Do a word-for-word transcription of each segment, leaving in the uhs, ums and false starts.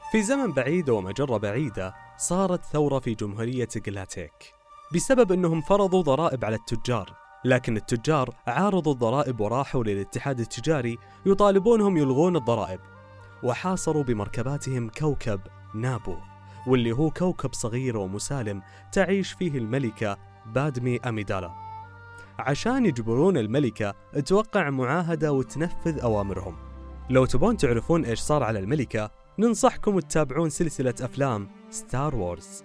في زمن بعيد ومجرة بعيدة صارت ثورة في جمهورية غلاتيك بسبب أنهم فرضوا ضرائب على التجار، لكن التجار عارضوا الضرائب وراحوا للاتحاد التجاري يطالبونهم يلغون الضرائب، وحاصروا بمركباتهم كوكب نابو، واللي هو كوكب صغير ومسالم تعيش فيه الملكة بادمي أميدالا، عشان يجبرون الملكة توقع معاهدة وتنفذ أوامرهم. لو تبون تعرفون إيش صار على الملكة ننصحكم تتابعون سلسلة أفلام ستار وورز.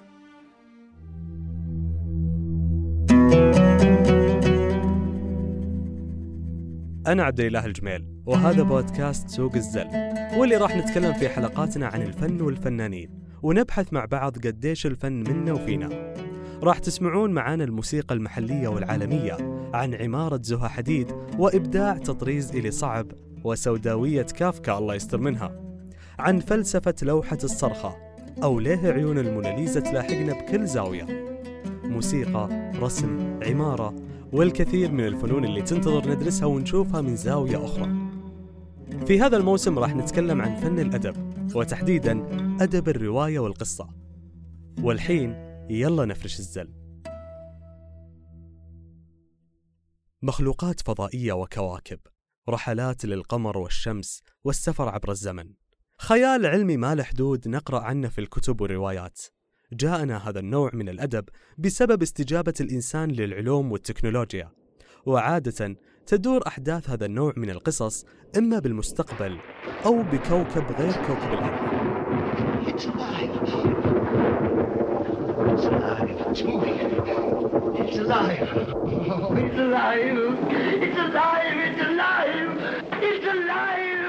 أنا عبد الإله الجميل، وهذا بودكاست سوق الزل، واللي راح نتكلم في حلقاتنا عن الفن والفنانين، ونبحث مع بعض قديش الفن منا وفينا. راح تسمعون معانا الموسيقى المحلية والعالمية، عن عمارة زها حديد وإبداع تطريز إلي صعب وسوداوية كافكا الله يستر منها، عن فلسفة لوحة الصرخة، أو ليه عيون الموناليزا تلاحقنا بكل زاوية. موسيقى، رسم، عمارة، والكثير من الفنون اللي تنتظر ندرسها ونشوفها من زاوية أخرى. في هذا الموسم راح نتكلم عن فن الأدب، وتحديداً أدب الرواية والقصة. والحين يلا نفرش الزل. مخلوقات فضائية وكواكب، رحلات للقمر والشمس والسفر عبر الزمن، خيال علمي ما له حدود نقرأ عنه في الكتب والروايات. جاءنا هذا النوع من الأدب بسبب استجابة الإنسان للعلوم والتكنولوجيا، وعادة تدور أحداث هذا النوع من القصص إما بالمستقبل أو بكوكب غير كوكب الأرض. It's alive. It's alive. It's moving. It's alive. Oh, it's alive. It's alive. It's alive. It's alive.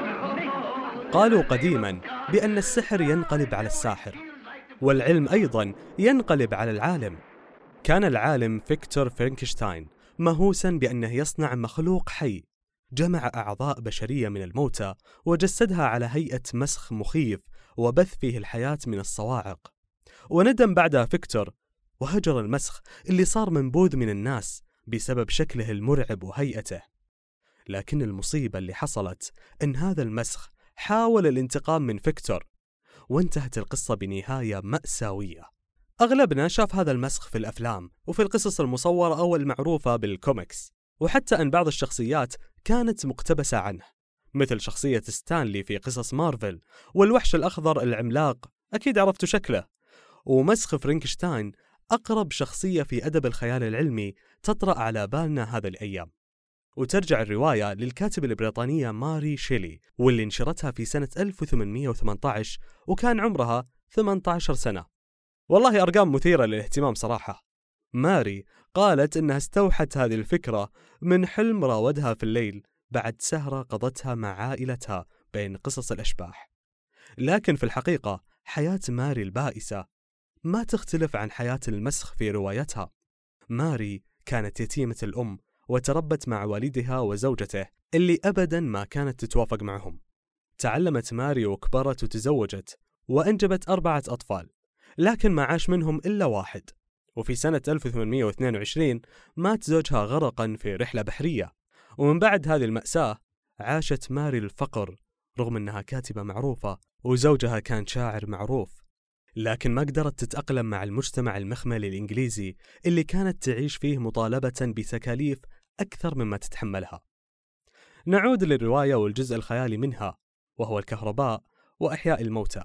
قالوا قديما بأن السحر ينقلب على الساحر، والعلم أيضا ينقلب على العالم. كان العالم فيكتور فرانكشتاين مهووسا بأنه يصنع مخلوق حي جمع أعضاء بشرية من الموتى وجسدها على هيئة مسخ مخيف وبث فيه الحياة من الصواعق. وندم بعدها فيكتور وهجر المسخ اللي صار منبوذ من الناس بسبب شكله المرعب وهيئته. لكن المصيبة اللي حصلت إن هذا المسخ حاول الانتقام من فيكتور، وانتهت القصة بنهاية مأساوية. أغلبنا شاف هذا المسخ في الأفلام وفي القصص المصورة أو المعروفة بالكوميكس، وحتى أن بعض الشخصيات كانت مقتبسة عنه، مثل شخصية ستانلي في قصص مارفل، والوحش الأخضر العملاق أكيد عرفتوا شكله. ومسخ فرانكشتاين أقرب شخصية في أدب الخيال العلمي تطرأ على بالنا هذه الأيام. وترجع الرواية للكاتبة البريطانية ماري شيلي، واللي نشرتها في سنة ألف وثمانمئة وثمانية عشر وكان عمرها ثمانية عشر سنة. والله أرقام مثيرة للاهتمام صراحة. ماري قالت إنها استوحت هذه الفكرة من حلم راودها في الليل بعد سهرة قضتها مع عائلتها بين قصص الأشباح. لكن في الحقيقة حياة ماري البائسة ما تختلف عن حياة المسخ في روايتها. ماري كانت يتيمة الأم، وتربت مع والدها وزوجته اللي أبداً ما كانت تتوافق معهم. تعلمت ماري وكبرت وتزوجت وأنجبت أربعة أطفال، لكن ما عاش منهم إلا واحد. وفي سنة ألف وثمانمئة واثنين وعشرين مات زوجها غرقاً في رحلة بحرية. ومن بعد هذه المأساة عاشت ماري الفقر رغم أنها كاتبة معروفة وزوجها كان شاعر معروف، لكن ما قدرت تتأقلم مع المجتمع المخملي الإنجليزي اللي كانت تعيش فيه مطالبة بتكاليف أكثر مما تتحملها. نعود للرواية والجزء الخيالي منها، وهو الكهرباء وأحياء الموتى.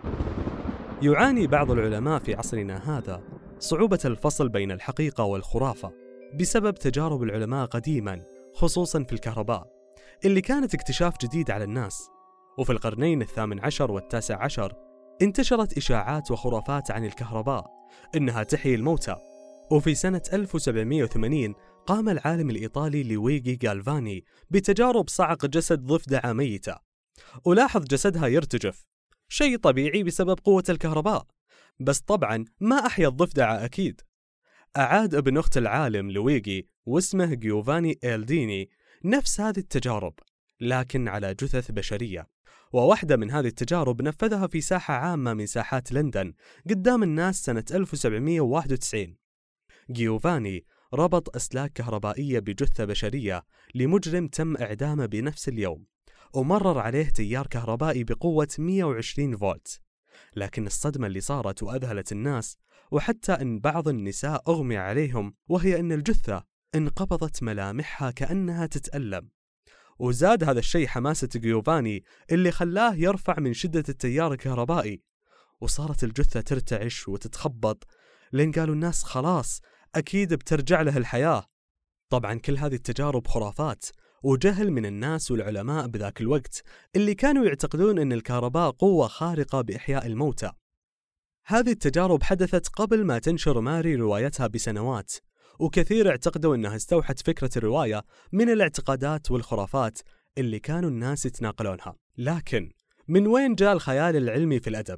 يعاني بعض العلماء في عصرنا هذا صعوبة الفصل بين الحقيقة والخرافة بسبب تجارب العلماء قديما، خصوصا في الكهرباء اللي كانت اكتشاف جديد على الناس. وفي القرنين الثامن عشر والتاسع عشر انتشرت إشاعات وخرافات عن الكهرباء إنها تحيي الموتى. وفي سنة ألف وسبعمئة وثمانين قام العالم الإيطالي لويجي غالفاني بتجارب صعق جسد ضفدعة ميتة، ولاحظ جسدها يرتجف، شيء طبيعي بسبب قوة الكهرباء، بس طبعا ما أحيا الضفدعة أكيد. أعاد ابن أخت العالم لويجي واسمه جيوفاني إلديني نفس هذه التجارب، لكن على جثث بشرية. وواحدة من هذه التجارب نفذها في ساحة عامة من ساحات لندن قدام الناس سنة ألف وسبعمئة وواحد وتسعين. جيوفاني ربط أسلاك كهربائية بجثة بشرية لمجرم تم إعدامه بنفس اليوم، ومرر عليه تيار كهربائي بقوة مئة وعشرين فولت. لكن الصدمة اللي صارت وأذهلت الناس، وحتى أن بعض النساء أغمي عليهم، وهي أن الجثة انقبضت ملامحها كأنها تتألم. وزاد هذا الشيء حماسة جيوفاني اللي خلاه يرفع من شدة التيار الكهربائي، وصارت الجثة ترتعش وتتخبط، لأن قالوا الناس خلاص أكيد بترجع له الحياة. طبعا كل هذه التجارب خرافات وجهل من الناس والعلماء بذاك الوقت اللي كانوا يعتقدون أن الكهرباء قوة خارقة بإحياء الموتى. هذه التجارب حدثت قبل ما تنشر ماري روايتها بسنوات، وكثير اعتقدوا أنها استوحت فكرة الرواية من الاعتقادات والخرافات اللي كانوا الناس يتناقلونها. لكن من وين جاء الخيال العلمي في الأدب؟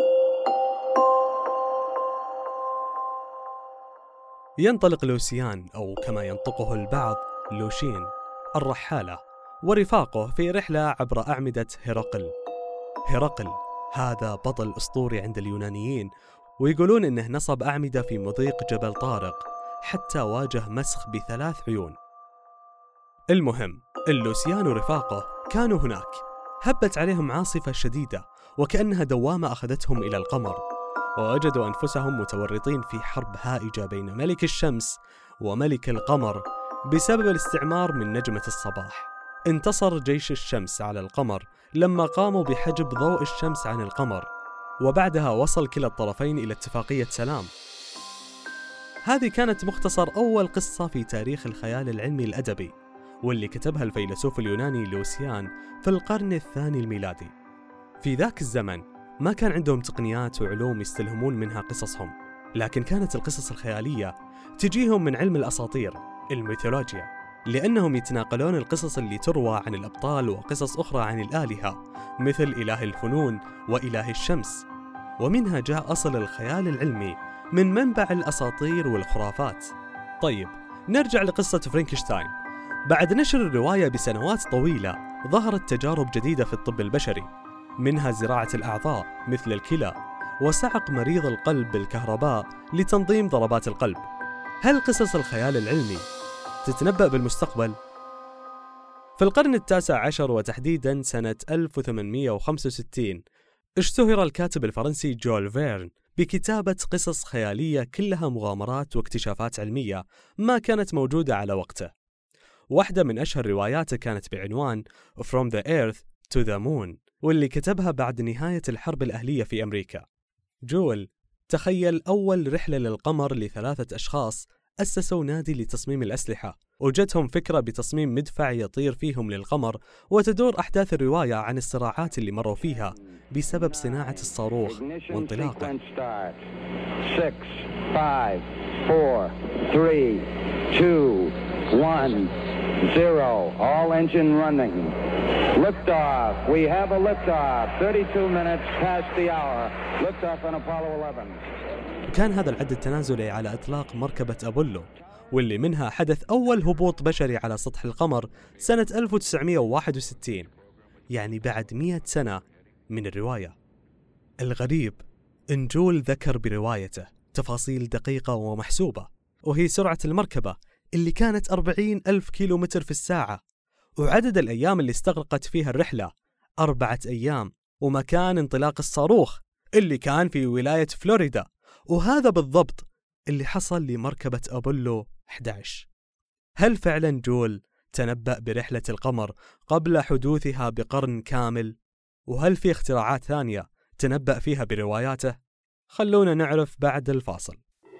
ينطلق لوسيان، أو كما ينطقه البعض لوشين الرحالة، ورفاقه في رحلة عبر أعمدة هرقل. هرقل هذا بطل أسطوري عند اليونانيين، ويقولون إنه نصب أعمدة في مضيق جبل طارق حتى واجه مسخ بثلاث عيون. المهم اللوسيان ورفاقه كانوا هناك، هبت عليهم عاصفة شديدة وكأنها دوامة أخذتهم إلى القمر، ووجدوا أنفسهم متورطين في حرب هائجة بين ملك الشمس وملك القمر بسبب الاستعمار من نجمة الصباح. انتصر جيش الشمس على القمر لما قاموا بحجب ضوء الشمس عن القمر، وبعدها وصل كلا الطرفين إلى اتفاقية سلام. هذه كانت مختصر أول قصة في تاريخ الخيال العلمي الأدبي، واللي كتبها الفيلسوف اليوناني لوسيان في القرن الثاني الميلادي. في ذاك الزمن ما كان عندهم تقنيات وعلوم يستلهمون منها قصصهم، لكن كانت القصص الخيالية تجيهم من علم الأساطير، الميثولوجيا، لأنهم يتناقلون القصص اللي تروى عن الأبطال وقصص أخرى عن الآلهة مثل إله الفنون وإله الشمس. ومنها جاء أصل الخيال العلمي من منبع الأساطير والخرافات. طيب نرجع لقصة فرانكشتاين. بعد نشر الرواية بسنوات طويلة ظهرت تجارب جديدة في الطب البشري، منها زراعة الأعضاء مثل الكلى، وصعق مريض القلب بالكهرباء لتنظيم ضربات القلب. هل قصص الخيال العلمي تتنبأ بالمستقبل؟ في القرن التاسع عشر وتحديدا سنة ألف وثمانمئة وخمسة وستين اشتهر الكاتب الفرنسي جول فيرن بكتابة قصص خيالية كلها مغامرات واكتشافات علمية ما كانت موجودة على وقته. واحدة من أشهر رواياته كانت بعنوان From the Earth to the Moon، واللي كتبها بعد نهاية الحرب الأهلية في أمريكا. جول تخيل أول رحلة للقمر لثلاثة أشخاص أسسوا نادي لتصميم الأسلحة، وجتهم فكرة بتصميم مدفع يطير فيهم للقمر، وتدور أحداث الرواية عن الصراعات اللي مروا فيها بسبب صناعة الصاروخ وانطلاقه. six, five, four, three, two, one, zero. All engine running. Liftoff. We have a liftoff. thirty-two minutes past the hour. Liftoff on Apollo eleven. كان هذا العد التنازلي على إطلاق مركبة أبولو، واللي منها حدث أول هبوط بشري على سطح القمر سنة ألف وتسعمئة وواحد وستين، يعني بعد مئة سنة من الرواية. الغريب إن جول ذكر بروايته تفاصيل دقيقة ومحسوبة، وهي سرعة المركبة اللي كانت أربعين ألف كيلومتر في الساعة، وعدد الأيام اللي استغرقت فيها الرحلة أربعة أيام، ومكان انطلاق الصاروخ اللي كان في ولاية فلوريدا، وهذا بالضبط اللي حصل لمركبة أبولو إحدى عشر. هل فعلا جول تنبأ برحلة القمر قبل حدوثها بقرن كامل؟ وهل في اختراعات ثانية تنبأ فيها برواياته؟ خلونا نعرف بعد الفاصل.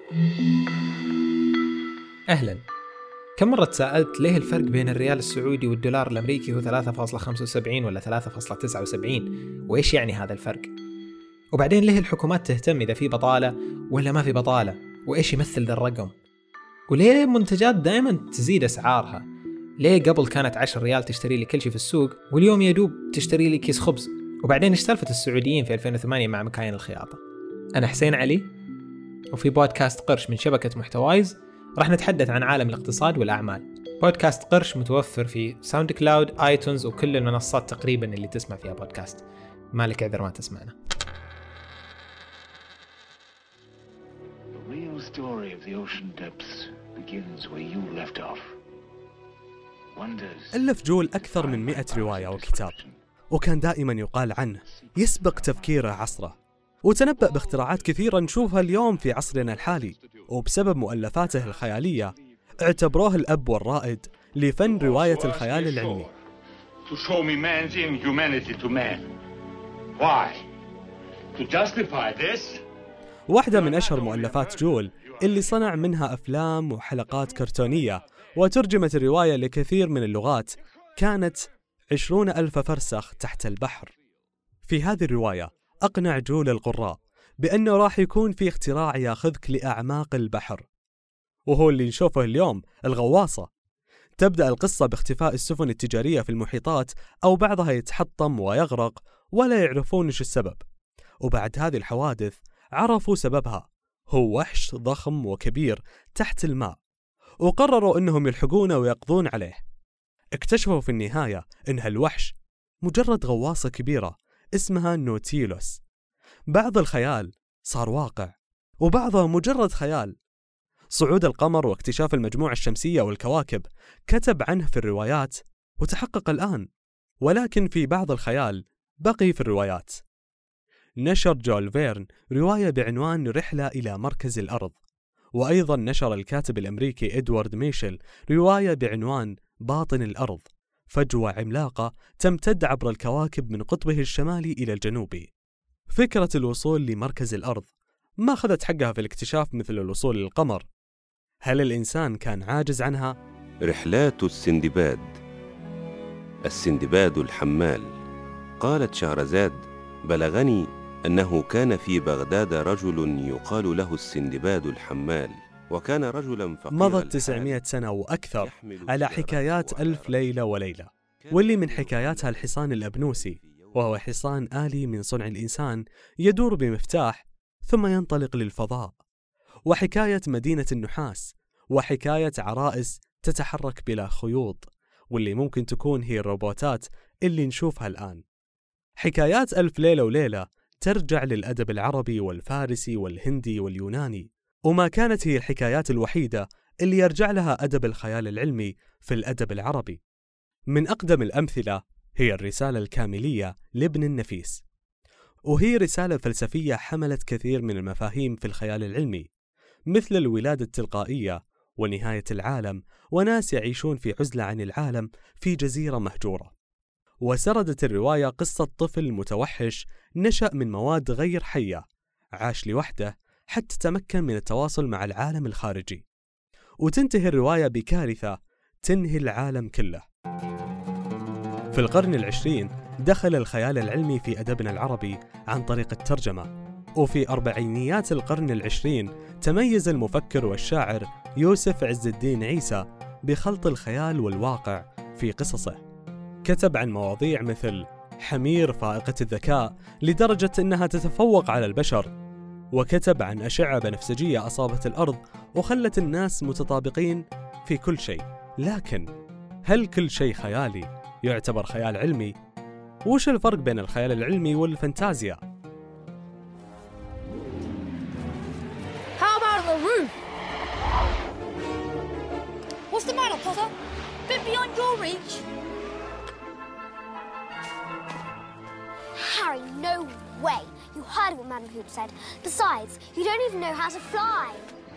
أهلا. كم مرة تساءلت ليه الفرق بين الريال السعودي والدولار الأمريكي هو ثلاثة فاصلة خمسة وسبعين ولا ثلاثة فاصلة تسعة وسبعين، وإيش يعني هذا الفرق؟ وبعدين ليه الحكومات تهتم إذا في بطالة ولا ما في بطالة، وإيش يمثل ذا الرقم؟ وليه منتجات دائما تزيد أسعارها؟ ليه قبل كانت عشر ريال تشتري لي كل شيء في السوق، واليوم يدوب تشتري لي كيس خبز؟ وبعدين إيش سالفة السعوديين في ألفين وثمانية مع مكاين الخياطة؟ أنا حسين علي، وفي بودكاست قرش من شبكة محتوايز راح نتحدث عن عالم الاقتصاد والأعمال. بودكاست قرش متوفر في ساوند كلاود، آيتونز، وكل المنصات تقريبا اللي تسمع فيها بودكاست. مالك عذر ما تسمعنا. The real story of the ocean depths begins where you left off. ألف جول أكثر من مئة رواية وكتاب، وكان دائما يقال عنه يسبق تفكيره عصره، وتنبأ باختراعات كثيرة نشوفها اليوم في عصرنا الحالي، وبسبب مؤلفاته الخيالية اعتبروه الأب والرائد لفن رواية الخيال العلمي. To show me man's inhumanity to man. Why? To justify this? واحدة من أشهر مؤلفات جول اللي صنع منها أفلام وحلقات كرتونية وترجمت الرواية لكثير من اللغات كانت عشرون ألف فرسخ تحت البحر. في هذه الرواية أقنع جول القراء بأنه راح يكون في اختراع ياخذك لأعماق البحر، وهو اللي نشوفه اليوم، الغواصة. تبدأ القصة باختفاء السفن التجارية في المحيطات أو بعضها يتحطم ويغرق ولا يعرفون إيش السبب، وبعد هذه الحوادث عرفوا سببها، هو وحش ضخم وكبير تحت الماء، وقرروا أنهم يلحقونه ويقضون عليه. اكتشفوا في النهاية أن هالوحش مجرد غواصة كبيرة اسمها نوتيلوس. بعض الخيال صار واقع وبعضه مجرد خيال. صعود القمر واكتشاف المجموعة الشمسية والكواكب كتب عنه في الروايات وتحقق الآن، ولكن في بعض الخيال بقي في الروايات. نشر جول فيرن رواية بعنوان رحلة إلى مركز الأرض، وأيضا نشر الكاتب الأمريكي إدوارد ميشيل رواية بعنوان باطن الأرض، فجوة عملاقة تمتد عبر الكواكب من قطبه الشمالي إلى الجنوبي. فكرة الوصول لمركز الأرض ما أخذت حقها في الاكتشاف مثل الوصول للقمر. هل الإنسان كان عاجز عنها؟ رحلات السندباد. السندباد الحمال. قالت شهرزاد: بلغني أنه كان في بغداد رجل يقال له السندباد الحمال، وكان رجلا فقيرا. مضت تسعمائة سنة وأكثر على حكايات ألف ليلة وليلة، واللي من حكاياتها الحصان الأبنوسي، وهو حصان آلي من صنع الإنسان يدور بمفتاح ثم ينطلق للفضاء، وحكاية مدينة النحاس، وحكاية عرائس تتحرك بلا خيوط، واللي ممكن تكون هي الروبوتات اللي نشوفها الآن. حكايات ألف ليلة وليلة ترجع للأدب العربي والفارسي والهندي واليوناني، وما كانت هي الحكايات الوحيدة اللي يرجع لها أدب الخيال العلمي في الأدب العربي. من أقدم الأمثلة هي الرسالة الكاملية لابن النفيس، وهي رسالة فلسفية حملت كثير من المفاهيم في الخيال العلمي، مثل الولادة التلقائية ونهاية العالم وناس يعيشون في عزلة عن العالم في جزيرة مهجورة. وسردت الرواية قصة طفل متوحش نشأ من مواد غير حية، عاش لوحده حتى تمكن من التواصل مع العالم الخارجي، وتنتهي الرواية بكارثة تنهي العالم كله. في القرن العشرين دخل الخيال العلمي في أدبنا العربي عن طريق الترجمة، وفي أربعينيات القرن العشرين تميز المفكر والشاعر يوسف عز الدين عيسى بخلط الخيال والواقع في قصصه. كتب عن مواضيع مثل حمير فائقة الذكاء لدرجة أنها تتفوق على البشر، وكتب عن أشعة بنفسجية أصابت الأرض وخلت الناس متطابقين في كل شيء. لكن هل كل شيء خيالي يعتبر خيال علمي؟ وش الفرق بين الخيال العلمي والفانتازيا؟ How about on the roof? What's the matter, Potter? Bit beyond your reach. Harry, no way. You heard what Madam Hoop said. Besides, you don't even know how to fly.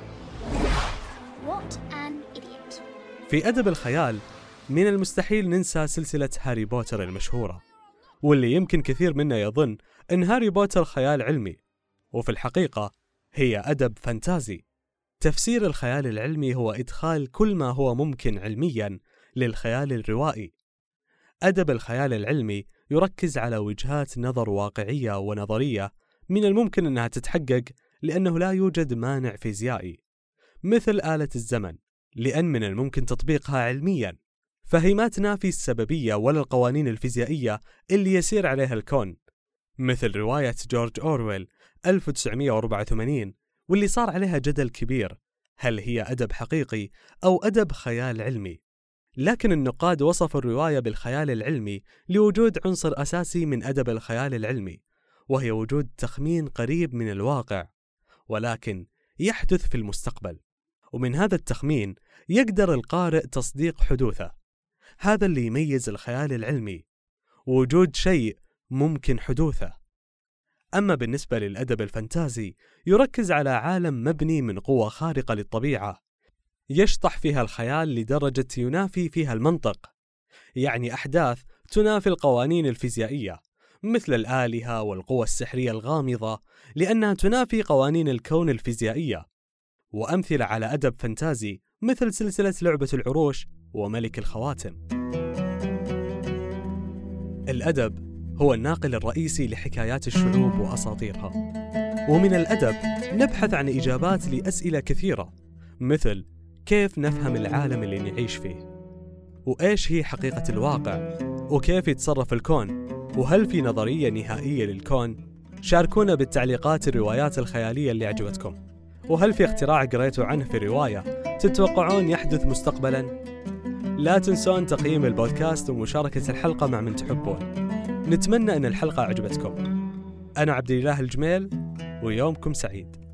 What an idiot. في أدب الخيال من المستحيل ننسى سلسلة هاري بوتر المشهورة، واللي يمكن كثير منا يظن أن هاري بوتر خيال علمي، وفي الحقيقة هي أدب فانتازي. تفسير الخيال العلمي هو إدخال كل ما هو ممكن علمياً للخيال الروائي. أدب الخيال العلمي يركز على وجهات نظر واقعية ونظرية من الممكن أنها تتحقق لأنه لا يوجد مانع فيزيائي، مثل آلة الزمن، لأن من الممكن تطبيقها علمياً، فهي ما تنافي السببية ولا القوانين الفيزيائية اللي يسير عليها الكون، مثل رواية جورج أورويل ألف وتسعمائة وأربعة وثمانين، واللي صار عليها جدل كبير، هل هي أدب حقيقي أو أدب خيال علمي؟ لكن النقاد وصفوا الرواية بالخيال العلمي لوجود عنصر أساسي من أدب الخيال العلمي، وهي وجود تخمين قريب من الواقع ولكن يحدث في المستقبل، ومن هذا التخمين يقدر القارئ تصديق حدوثه. هذا اللي يميز الخيال العلمي، وجود شيء ممكن حدوثه. أما بالنسبة للأدب الفانتازي يركز على عالم مبني من قوة خارقة للطبيعة، يشطح فيها الخيال لدرجة ينافي فيها المنطق، يعني أحداث تنافي القوانين الفيزيائية مثل الآلهة والقوى السحرية الغامضة، لأنها تنافي قوانين الكون الفيزيائية. وأمثلة على أدب فانتازي مثل سلسلة لعبة العروش وملك الخواتم. الأدب هو الناقل الرئيسي لحكايات الشعوب وأساطيرها، ومن الأدب نبحث عن إجابات لأسئلة كثيرة، مثل كيف نفهم العالم اللي نعيش فيه، وإيش هي حقيقة الواقع، وكيف يتصرف الكون، وهل في نظرية نهائية للكون؟ شاركونا بالتعليقات الروايات الخيالية اللي عجبتكم، وهل في اختراع قريتوا عنه في رواية تتوقعون يحدث مستقبلا؟ لا تنسون تقييم البودكاست ومشاركة الحلقة مع من تحبون. نتمنى أن الحلقة عجبتكم. أنا عبد الله الجميل، ويومكم سعيد.